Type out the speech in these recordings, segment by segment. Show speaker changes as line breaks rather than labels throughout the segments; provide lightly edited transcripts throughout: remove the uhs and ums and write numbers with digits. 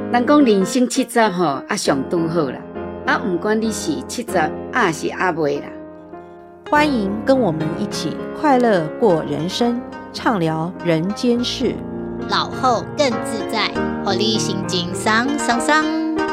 人讲人生70吼，上拄好啦。不管你是70还是还未啦。
欢迎跟我们一起快乐过人生，畅聊人间事，
老后更自在，活力心情爽爽爽。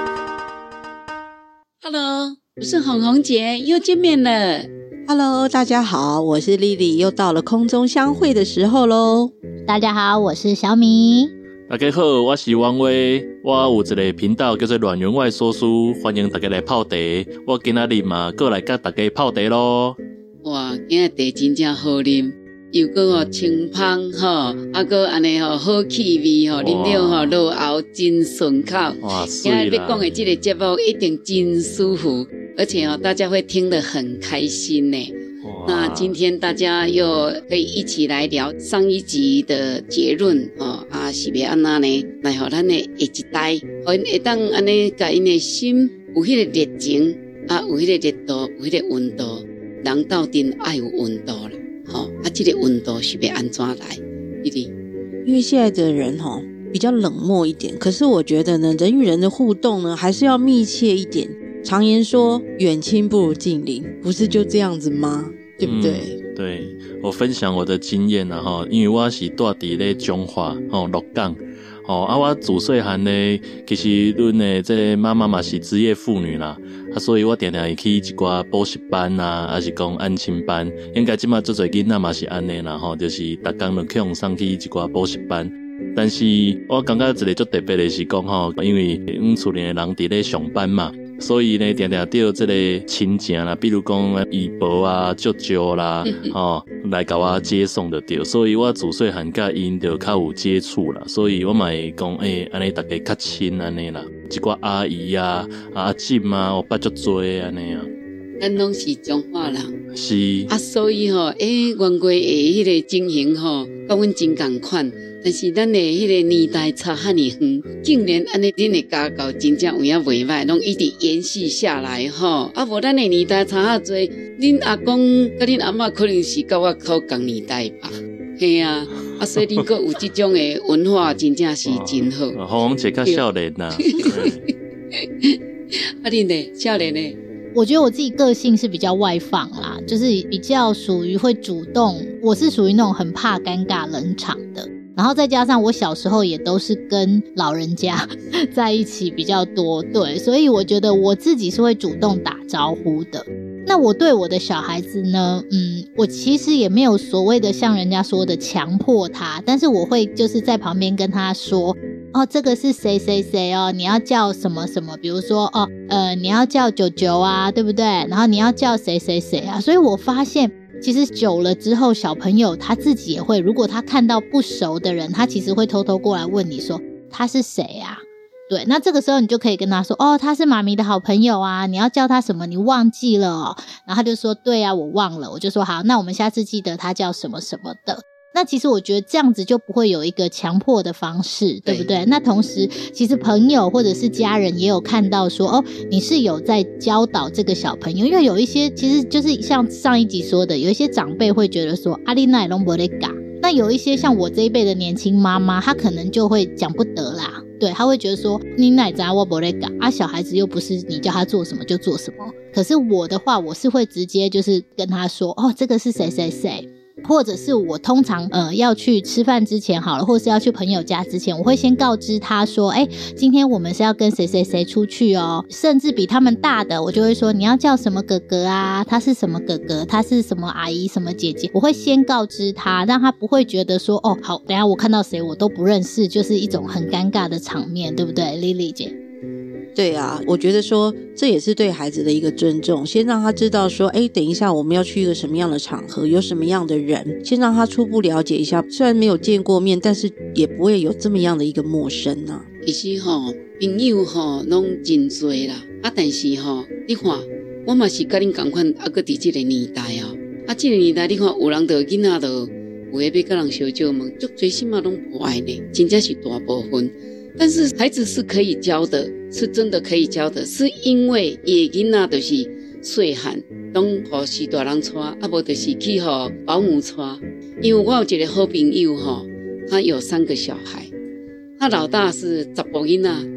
Hello， 我是红红姐，又见面了。
Hello， 大家好，我是莉莉，又到了空中相会的时候咯。
大家好，我是小米。
大家好，我是王威，我有一个频道叫做阮员外说书，欢迎大家来泡茶。我今仔日嘛，过来跟大家泡茶咯。
哇，今仔茶真正好啉，又搁清芳吼，搁安尼吼好气味吼，啉了吼落喉真顺口。
哇，
今仔要讲的这个节目一定真舒服，而且大家会听得很开心呢。那今天大家又可以一起来聊上一集的结论是要安怎呢？来互咱的下一代，互因会当安尼，甲因的心有迄个热情有迄个热度，有迄个温度。人到底爱有温度啦，这个温度是要安怎来？
因为现在的人比较冷漠一点，可是我觉得呢，人与人的互动呢，还是要密切一点。常言说，远亲不如近邻，不是就这样子吗？对不对？
对，我分享我的经验啦因为我是住伫咧中华鹿港我自细汉呢，其实阮的这个妈妈嘛是职业妇女啦所以我常常会去一寡补习班还是讲安亲班，应该现在很多囡仔嘛是安尼啦就是每天都去送去一寡补习班。但是我感觉一个最特别的是讲因为阮厝里的人伫咧上班嘛，所以呢常常到这个亲情啦，比如讲姨婆舅舅啦来甲我接送就对，所以我自细汉甲因就较有接触啦，所以我嘛会讲安尼大家较亲安尼啦，一寡阿姨阿婶我捌足多安尼
咱拢是中华人，
是
所以原过的迄个情形甲阮真共款，但是咱的迄个年代差遐尼远，竟然安尼恁的家教真正有影袂歹，拢一直延续下来无咱的年代差遐多，恁阿公甲恁阿嬷可能是甲我考同年代吧。嘿所以恁阁有这种的文化，真正是真好。
红红姐较少年啦
恁呢？少年呢？
我觉得我自己个性是比较外放啦，就是比较属于会主动，我是属于那种很怕尴尬冷场的。然后再加上我小时候也都是跟老人家在一起比较多，对，所以我觉得我自己是会主动打招呼的。那我对我的小孩子呢，我其实也没有所谓的像人家说的强迫他，但是我会就是在旁边跟他说这个是谁谁谁你要叫什么什么，比如说你要叫九九对不对？然后你要叫谁谁谁所以我发现其实久了之后，小朋友他自己也会，如果他看到不熟的人，他其实会偷偷过来问你说他是谁对，那这个时候你就可以跟他说他是妈咪的好朋友你要叫他什么，你忘记了然后他就说对我忘了，我就说好，那我们下次记得他叫什么什么的。那其实我觉得这样子就不会有一个强迫的方式，对不对？那同时其实朋友或者是家人也有看到说你是有在教导这个小朋友，因为有一些其实就是像上一集说的，有一些长辈会觉得说你哪都没在教，那有一些像我这一辈的年轻妈妈，她可能就会讲不得啦，对，她会觉得说你哪知道我没在教小孩子又不是你叫他做什么就做什么。可是我的话，我是会直接就是跟他说这个是谁谁谁，或者是我通常要去吃饭之前好了，或是要去朋友家之前，我会先告知他说今天我们是要跟谁谁谁出去甚至比他们大的我就会说你要叫什么哥哥他是什么哥哥，他是什么阿姨什么姐姐，我会先告知他，让他不会觉得说好等一下我看到谁我都不认识，就是一种很尴尬的场面，对不对 Lily 姐？
对我觉得说这也是对孩子的一个尊重，先让他知道说等一下我们要去一个什么样的场合，有什么样的人，先让他初步了解一下，虽然没有见过面，但是也不会有这么样的一个陌生
其实朋友拢真多啦但是你看我嘛是跟恁同款还在这个年代这个年代你看有人就囡仔就有的要跟人相招问，很多心嘛拢不爱呢，真正是大部分。但是孩子是可以教的，是真的可以教的，是因为野囡仔就是细汉拢予是大人带无就是去予保姆带。因为我有一个好朋友他有3个小孩，他老大是查甫囡仔，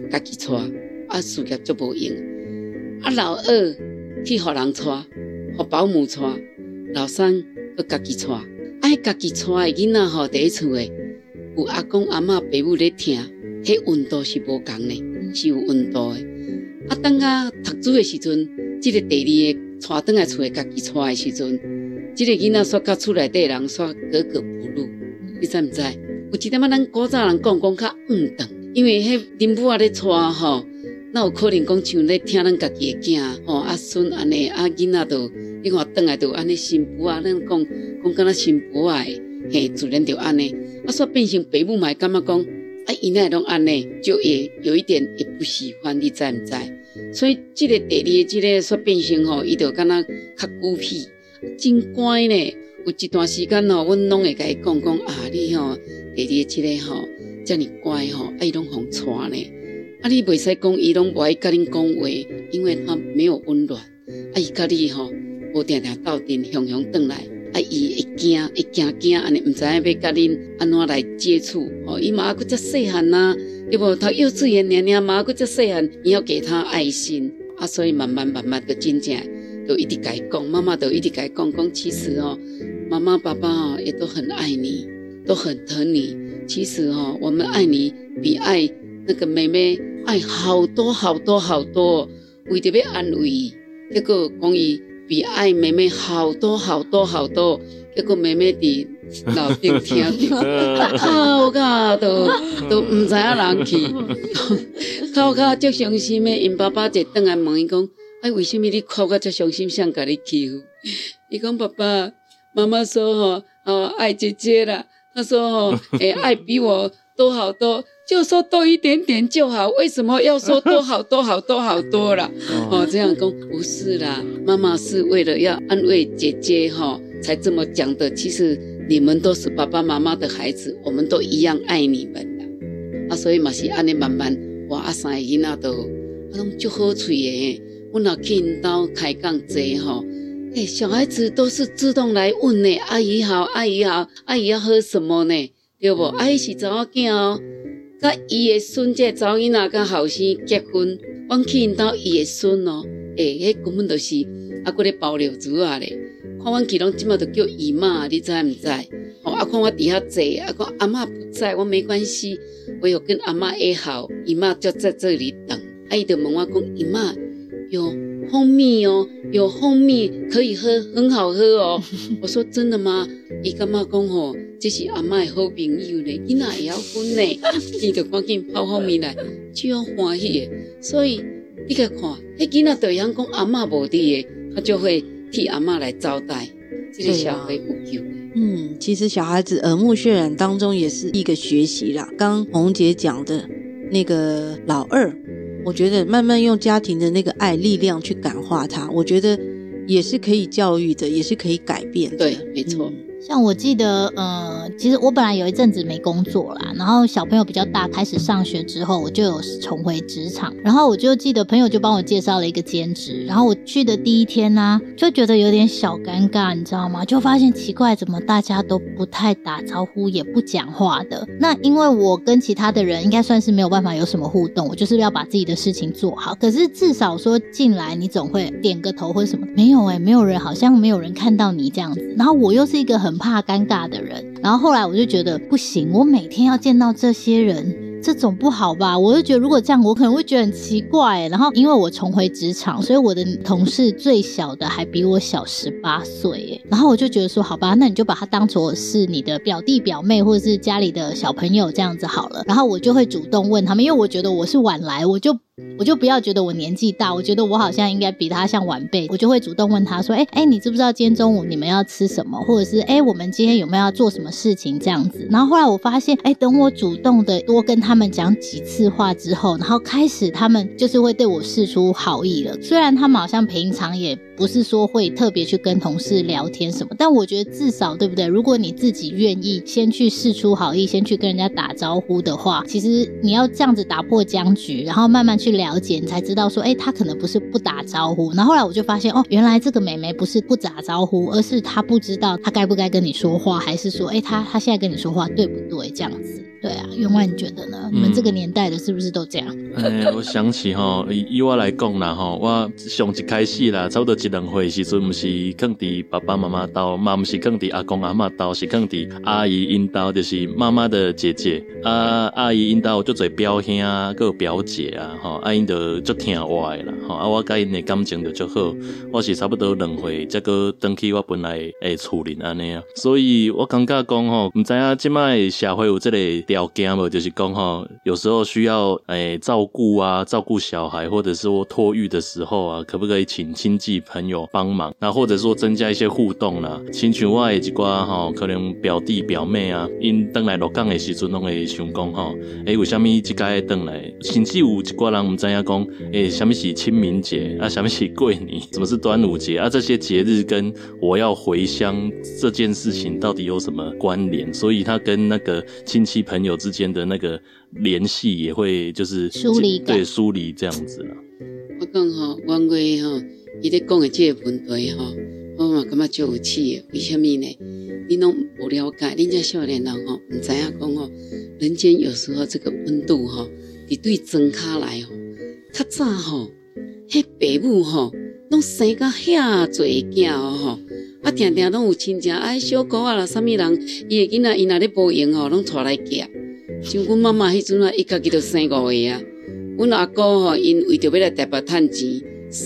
家己娶，啊事业足无用。啊老二去互人娶，互保姆娶，老三佮家己娶。啊家己娶的囡仔吼，第一厝的有阿公阿嬷爸母咧听，迄温度是无共呢，是有温度的。啊等到读书的时阵，即个第二个娶转来厝的家己娶的时阵，即个囡仔煞甲厝内底人煞格格不入，你知毋知？有一点仔咱古早人讲较当，因为迄恁母仔咧娶吼，哪有可能讲像咧听咱家己的囝吼啊孙安尼啊囡仔都你看转来都安尼新妇啊，咱讲敢若新妇啊的，嘿，自然就安尼。啊，煞变成爸母嘛会感觉讲啊，伊那拢安尼，就也有一点也不喜欢，你知毋知？所以即个第二个即个煞变成吼，伊就敢若较孤僻，真乖呢。有一段时间吼，阮拢会甲伊讲啊，你吼第二个即个吼遮尔乖吼，啊伊拢互娶呢。啊，你袂使讲伊拢无爱甲恁讲话，因为他没有温暖。啊，伊甲你吼无定定斗阵，雄转来。啊，伊会惊安尼，毋知影要甲恁安怎来接触。吼，伊嘛还佫遮细汉呐，对无？读幼稚园尔嘛还佫遮细汉，你要给他爱心。啊，所以慢慢就真正就一直甲伊讲，妈妈都一直甲伊讲，其实哦，妈妈爸爸哦也都很爱你，都很疼你。其实哦，我们爱你比爱那个妹妹爱好多好多好多，为着要安慰伊，结果讲伊比爱妹妹好多好多好多，结果妹妹伫楼顶听着，哭到都唔知影人去，哭到足伤心的。因爸爸就转来问伊讲：，哎，为什么你哭到足伤心？谁甲你欺负？伊讲：爸爸，妈妈说爱姐姐啦。她说爱比我多好多。就说多一点点就好，为什么要说多好多好多好多啦？这样讲不是啦，妈妈是为了要安慰姐姐才这么讲的。其实你们都是爸爸妈妈的孩子，我们都一样爱你们啦。所以嘛是安尼慢慢，我阿三个囡仔都拢足好嘴的。我若去因兜开讲坐小孩子都是自动来问呢，阿姨好，阿姨好，阿姨要喝什么呢？对不？阿姨是查某囝哦。甲伊的孙这查某囡仔甲后生结婚，阮去因兜伊的孙哦，迄根本就是佫咧包料珠啊咧。看阮去拢即马就叫姨妈，你知毋知？看我底下坐，讲阿嬷不在，我没关系，我有跟阿嬷约好，姨妈就在这里等。伊就问我讲，姨妈有蜂蜜哦，有蜂蜜可以喝，很好喝哦。我说真的吗？伊感觉讲这是阿嬷的好朋友呢，囡仔也要分呢，伊就赶紧泡蜂蜜来，就欢喜的。所以你甲看，迄囡仔就会晓讲阿嬷无伫的，他就会替阿嬷来招待。这个小孩有救的。
其实小孩子耳目渲染当中也是一个学习啦。刚红姐讲的那个老二，我觉得慢慢用家庭的那个爱力量去感化他，我觉得也是可以教育的，也是可以改变的。
对，没错。
像我记得其实我本来有一阵子没工作啦，然后小朋友比较大开始上学之后，我就有重回职场，然后我就记得朋友就帮我介绍了一个兼职，然后我去的第一天呢，就觉得有点小尴尬，你知道吗？就发现奇怪，怎么大家都不太打招呼也不讲话的。那因为我跟其他的人应该算是没有办法有什么互动，我就是要把自己的事情做好，可是至少说进来你总会点个头或什么，没有没有人，好像没有人看到你这样子，然后我又是一个很怕尴尬的人，然后后来我就觉得不行，我每天要见到这些人，这种不好吧？我就觉得如果这样我可能会觉得很奇怪。然后因为我重回职场，所以我的同事最小的还比我小18岁，然后我就觉得说好吧，那你就把他当作是你的表弟表妹或者是家里的小朋友这样子好了。然后我就会主动问他们，因为我觉得我是晚来，我就不要觉得我年纪大，我觉得我好像应该比他像晚辈，我就会主动问他说你知不知道今天中午你们要吃什么，或者是我们今天有没有要做什么事情这样子。然后后来我发现等我主动的多跟他们讲几次话之后，然后开始他们就是会对我释出好意了。虽然他们好像平常也不是说会特别去跟同事聊天什么，但我觉得至少对不对，如果你自己愿意先去释出好意，先去跟人家打招呼的话，其实你要这样子打破僵局，然后慢慢去了解，你才知道说他可能不是不打招呼。然后后来我就发现原来这个妹妹不是不打招呼，而是她不知道她该不该跟你说话，还是说她现在跟你说话对不对这样子。 对啊，员外你觉得呢？你们这个年代的是不是都这样？
我想起以我来讲啦我上一开始啦，差不多1-2岁的时阵，不是放伫爸爸妈妈兜，嘛不是放伫阿公阿嬷兜，是放伫阿姨因兜，就是妈妈的姐姐阿姨因兜有足侪表兄还有表姐啊因就足听我的啦我甲因的感情就足好，我是差不多2岁才个回去我本来的厝里安尼啊，所以我感觉讲不知影现在的社会有这个条件无，就是讲有时候需要照顾小孩，或者是说托育的时候啊，可不可以请亲戚朋友帮忙？那或者说增加一些互动啦。亲像我的一寡可能表弟表妹啊，因回来鹿港的时阵，拢会想讲为什么这次会回来？甚至有一寡人不知影讲什么是清明节啊，什么是过年，什么是端午节啊？这些节日跟我要回乡这件事情到底有什么关联？所以他跟那个亲戚朋友之间的那个联系也会就是
疏离感，
对，疏离这样子啦。
我讲王月伊咧讲的这个问题我嘛感觉就有趣的。为什么呢？你拢不了解，恁这少年人不知影讲人间有时候这个温度伫对庄脚来较早迄爸母拢生到遐侪囝定定拢有亲戚小姑啦，啥物人伊的囡仔伊若咧无闲拢带来寄。像阮妈妈迄阵伊家己就生5个啊。阮阿姑因为着要来台北趁钱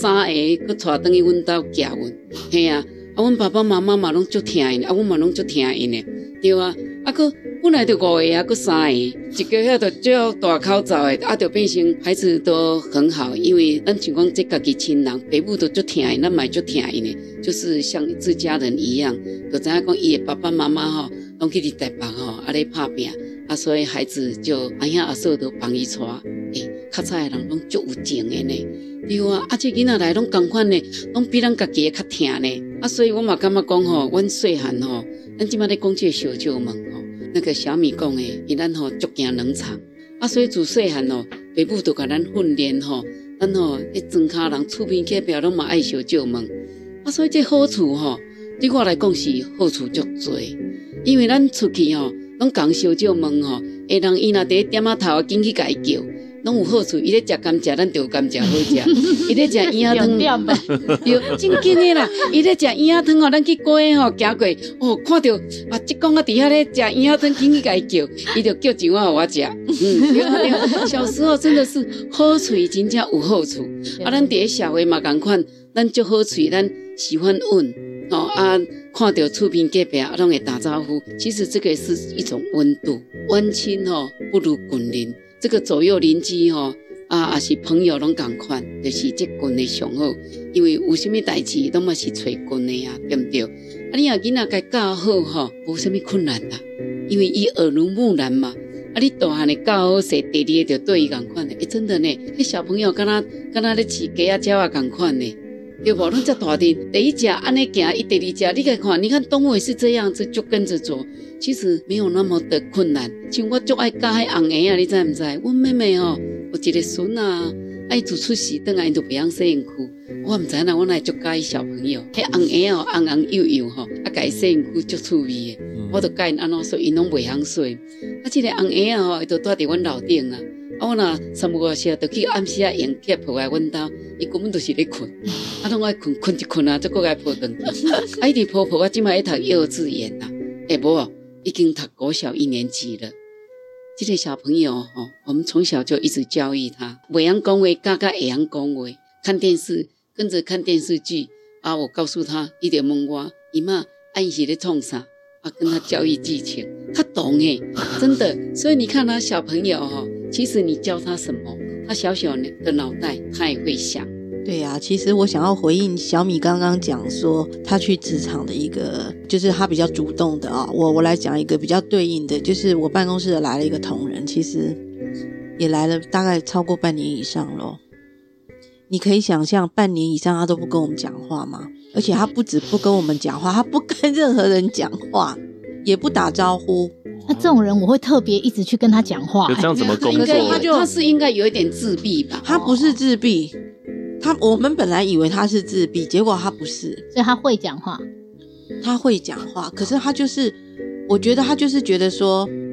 ，3个佫带回去阮兜寄阮。嘿啊，阮爸爸妈妈嘛拢足疼因，阮嘛拢足疼因的，对啊。佫本来就5个佫3个，一个遐就最后大口罩的，就变成孩子都很好，因为咱像讲这家己亲人，爸母都足疼因，咱嘛足疼因的，就是像自家人一样。就知影讲伊的爸爸妈妈拢去伫台北咧拍拼。所以孩子就阿兄阿嫂都帮伊带，较早的人拢足有情的呢，对啊。这囡仔来拢同款呢，拢比咱家己的较疼呢。所以我嘛感觉讲阮细汉咱即摆咧讲这个小舅们那个小米讲的，伊咱足惊冷场所以自细汉爸母就甲咱训练咱迄庄脚人厝边隔壁拢嘛爱小舅们所以这好处对我来讲是好处足多，因为咱出去拢讲小舅问下人伊若伫点仔头紧去甲伊叫，拢有好处。伊咧食甘蔗，咱就有甘蔗好食；伊咧食圆仔汤，对，正经的啦。伊咧食圆仔汤咱去街行过看到即公伫遐咧食圆仔汤，紧去甲伊叫，伊就叫一碗互我食。对，小时候真的是好处真正有好处。咱伫咧社会嘛共款，咱足好处，咱喜欢问。看到厝边隔壁拢会打招呼，其实这个是一种温度。温馨不如近邻，这个左右邻居也是朋友拢同款，就是这近的上好。因为有什么代志拢嘛是找近的对不对？你若囡仔该教好无什么困难啦，因为伊耳濡目染嘛。你大汉的教好势，第二个就对伊同款的。真的呢，那小朋友敢若咧饲鸡仔鸟同款的。对不？咱这大人第一只安尼行，第二只你看，你看动物也是这样子，就跟着做，其实没有那么的困难。像我最爱教迄红鞋你知唔知？我妹妹有一个孙伊自出世等下，伊就不养洗身躯。我唔知啦，我乃足教伊小朋友，迄红鞋红红幼幼甲伊洗身躯足趣味的。我就教因安怎说，因拢袂晓说。这个红鞋伊就住伫阮楼顶我若3、5个小就去暗时用去抱来阮兜，伊根本就是咧困，拢爱困一困再过来抱回去。一直抱，我今摆在读幼稚园啦，无已经读国小1年级了。这个小朋友我们从小就一直教育他，袂晓讲话，教会晓讲话。看电视，跟着看电视剧我告诉他，伊就问我，姨妈，伊是咧创啥？跟他教育技巧，他懂真的。所以你看他小朋友其实你教他什么，他小小的脑袋他也会想。
对啊，其实我想要回应小米刚刚讲说他去职场的一个，就是他比较主动的我来讲一个比较对应的，就是我办公室的来了一个同仁，其实也来了大概超过半年以上咯。你可以想象半年以上他都不跟我们讲话吗？而且他不止不跟我们讲话，他不跟任何人讲话，也不打招呼。
那这种人我会特别一直去跟他讲话。
就这样怎么工作？
他是应该有一点自闭吧？
他不是自闭，我们本来以为他是自闭，结果他不是。
所以他会讲话。
他会讲话，可是他就是，我觉得他就是觉得说，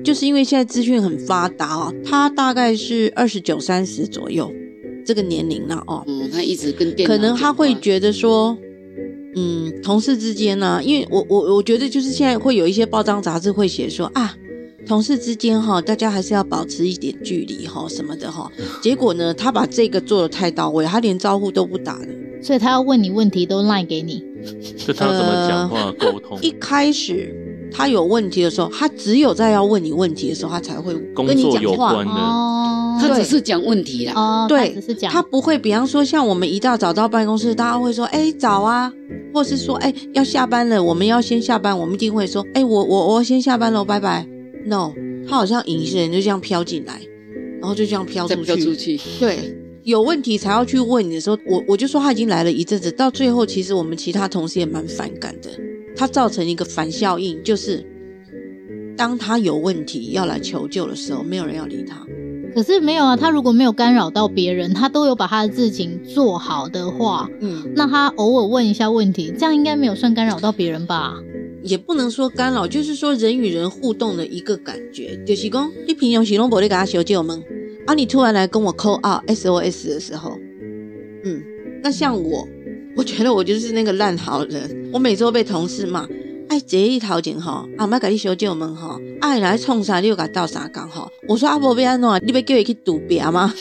就是因为现在资讯很发达哦，他大概是29、30左右这个年龄了哦。
他一直跟电脑
可能他会觉得说，同事之间呢，因为我觉得就是现在会有一些报章杂志会写说啊，同事之间哈，大家还是要保持一点距离哈什么的哈。结果呢，他把这个做得太到位，他连招呼都不打了。
所以他要问你问题都赖给你。
就他怎么讲话沟通？
一开始他有问题的时候，他只有在要问你问题的时候，他才会跟你讲话。
工作有关的，
他只是讲问题啦。
哦，
对，
他只是讲，
他不会，比方说像我们一大早到办公室，大家会说，早啊，或是说，要下班了，我们要先下班，我们一定会说，我先下班了，拜拜。No， 他好像隐形人就这样飘进来，然后就这样飘出去。对。有问题才要去问你的时候，我就说他已经来了一阵子，到最后其实我们其他同事也蛮反感的。他造成一个反效应，就是当他有问题要来求救的时候，没有人要理他。
可是没有啊，他如果没有干扰到别人，他都有把他的事情做好的话，那他偶尔问一下问题，这样应该没有算干扰到别人吧？
也不能说干扰，就是说人与人互动的一个感觉，就是说你平常时都不会给他求救吗？你突然来跟我 call out SOS 的时候，那像我觉得我就是那个烂好人，我每次都被同事骂，这一头前吼，不要给你求救门吼，你来创啥你就给他斗啥工吼，我说不要怎样，你要叫他去赌别吗？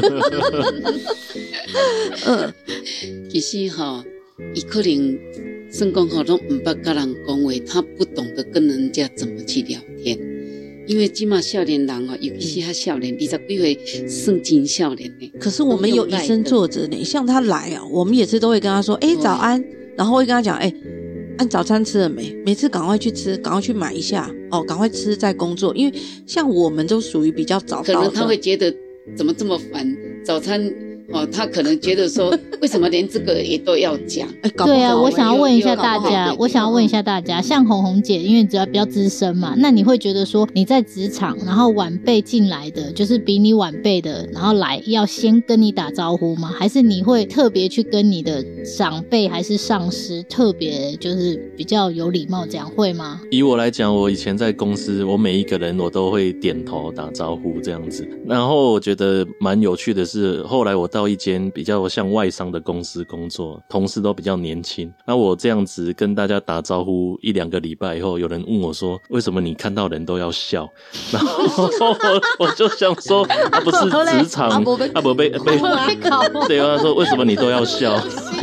其实他可能算讲都不捌跟人讲话，他不懂得跟人家怎么去聊天。因为现在少年人尤其是他少年20几岁算真少年呢。
可是我们有以身作则呢，像他来我们也是都会跟他说早安，然后会跟他讲早餐吃了没？每次赶快去吃，赶快去买一下赶快吃再工作。因为像我们都属于比较早到的，
可能他会觉得怎么这么烦早餐他可能觉得说为什么连这个也都要讲
对啊，我想要问一下大家，像红红姐因为只要比较资深嘛，那你会觉得说你在职场然后晚辈进来的就是比你晚辈的然后来要先跟你打招呼吗？还是你会特别去跟你的长辈还是上司特别就是比较有礼貌这样，会吗？
以我来讲，我以前在公司我每一个人我都会点头打招呼这样子，然后我觉得蛮有趣的是后来我到一间比较像外商的公司工作，同事都比较年轻，那我这样子跟大家打招呼1-2个礼拜以后，有人问我说为什么你看到人都要笑，然后我就想说不是职场不被对啊，说为什么你都要笑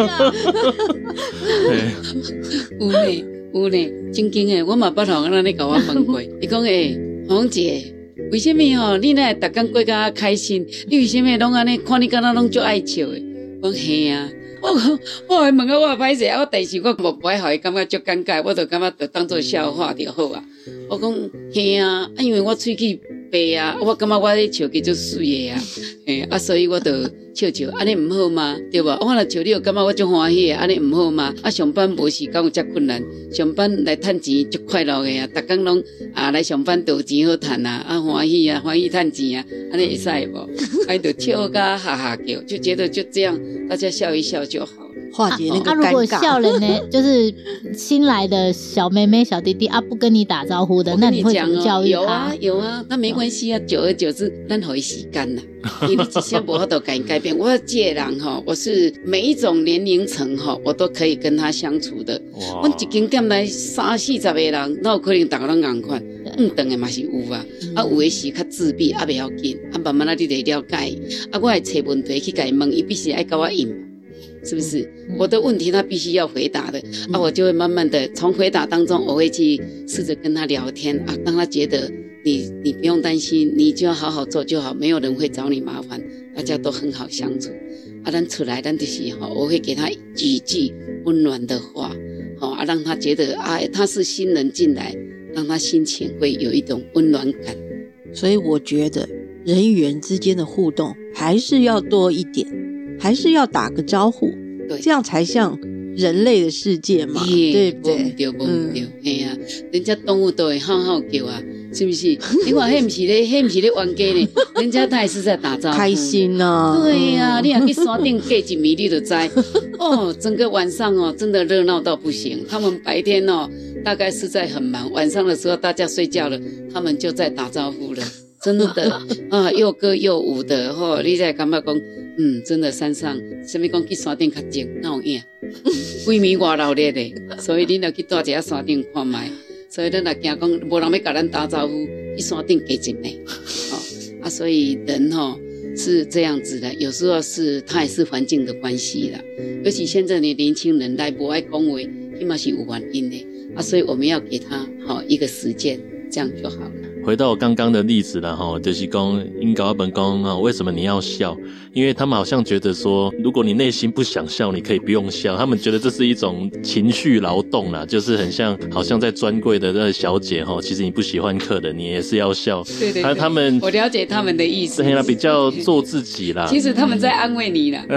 有呢真经的，我嘛捌同人跟我问过他说红姐为什么你那每天过得开心？你为什么拢安尼看你敢若拢足爱笑的？我嘿啊，我问我歹势我但是我无不爱互伊感觉足尴尬，我就感觉就当作笑话就好啊。我讲嘿啊，因为我喙齿白啊，我感觉我咧笑起足水的啊，所以我就笑，安尼唔好吗？对吧？我若笑你，就感觉我足欢喜的，安尼唔好吗？上班无时间有遮困难，上班来趁钱足快乐的啊，逐工拢来上班都有钱好趁啊，欢喜趁钱啊，安尼会使无？就笑甲哈哈叫，就觉得就这样，大家笑一笑就好了。
化解那个尴尬。
如果笑人呢，就是新来的小妹妹、小弟弟不跟你打招呼的，那你会怎么教育他？
有啊，那没关系啊，久而久之，咱给伊时间啦。因为一下无法度改变。我这个人我是每一种年龄层我都可以跟他相处的。我一间店来30-40个人，那有可能大家拢同款，长的嘛是有啊，有的是较自闭，不要紧，慢慢你就了解。我会找问题去甲伊问，伊必须爱跟我应。是不是我的问题他必须要回答的我就会慢慢的从回答当中我会去试着跟他聊天让他觉得你不用担心，你就要好好做就好，没有人会找你麻烦，大家都很好相处咱出来咱就是我会给他几句温暖的话让他觉得他是新人进来，让他心情会有一种温暖感。
所以我觉得人与人之间的互动还是要多一点，还是要打个招呼，这样才像人类的世界嘛，对不对？
对，人家动物都会好好叫啊，是不是？你看，那不是咧玩家呢，人家他也是在打招呼，
开心啊！
对啊，你也去山顶过一暝，你就知整个晚上真的热闹到不行。他们白天大概是在很忙，晚上的时候大家睡觉了，他们就在打招呼了，真的啊，又歌又舞的你才感觉讲，真的山上什么讲去山顶较静，哪有影？规暝外热烈的，所以你要去住一下山顶看卖。所以咱也惊讲无人要甲咱打招呼，去山顶加静嘞。所以人是这样子的，有时候它也是环境的关系啦。尤其现在的年轻人来不爱讲话，起码是有原因的所以我们要给他一个时间，这样就好了。
回到我刚刚的例子啦就是说因跟我们讲为什么你要笑，因为他们好像觉得说如果你内心不想笑你可以不用笑，他们觉得这是一种情绪劳动啦，就是很像好像在专柜的那个小姐其实你不喜欢客人你也是要笑。
对对对，
他们
我了解他们的意思，
对啦，比较做自己啦。
其实他们在安慰你啦。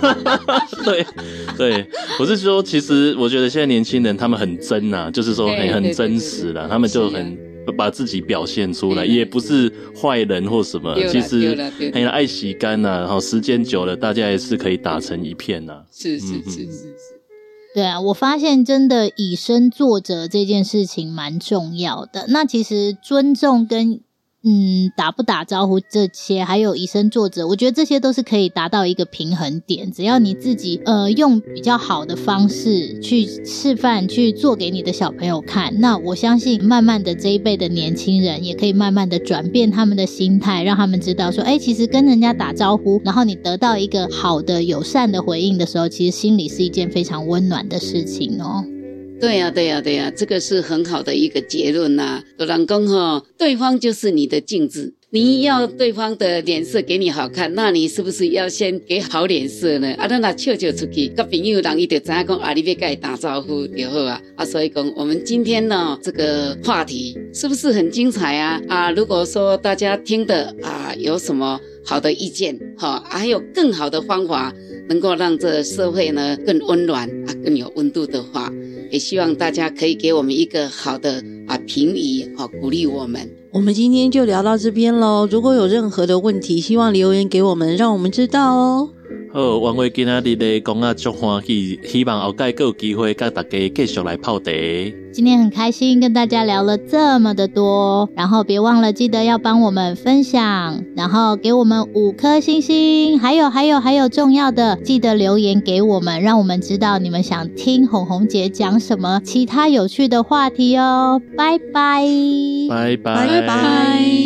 对，我是说其实我觉得现在年轻人他们很真啊，就是说很真实啦，他们就很把自己表现出来，也不是坏人或什么，其实爱洗干然后时间久了大家也是可以打成一片啊。
是。
对啊，我发现真的以身作则这件事情蛮重要的。那其实尊重跟打不打招呼这些，还有以身作则，我觉得这些都是可以达到一个平衡点。只要你自己用比较好的方式去示范，去做给你的小朋友看，那我相信慢慢的这一辈的年轻人也可以慢慢的转变他们的心态，让他们知道说其实跟人家打招呼，然后你得到一个好的友善的回应的时候，其实心里是一件非常温暖的事情哦。
对呀，这个是很好的一个结论啦。有人说对方就是你的镜子，你要对方的脸色给你好看，那你是不是要先给好脸色呢？咱若笑出去，跟朋友人他就知道讲你要跟他打招呼就好所以讲我们今天呢这个话题是不是很精彩如果说大家听的有什么好的意见还有更好的方法能够让这社会呢更温暖更有温度的话，也希望大家可以给我们一个好的评语鼓励我们。
我们今天就聊到这边咯，如果有任何的问题希望留言给我们，让我们知道哦。
好，王伟今天的讲足欢喜，希望后届还有机会跟大家继续来泡茶。
今天很开心跟大家聊了这么的多，然后别忘了记得要帮我们分享，然后给我们5颗星星，还有重要的记得留言给我们，让我们知道你们想听红红姐讲什么其他有趣的话题哦。拜拜。
拜拜。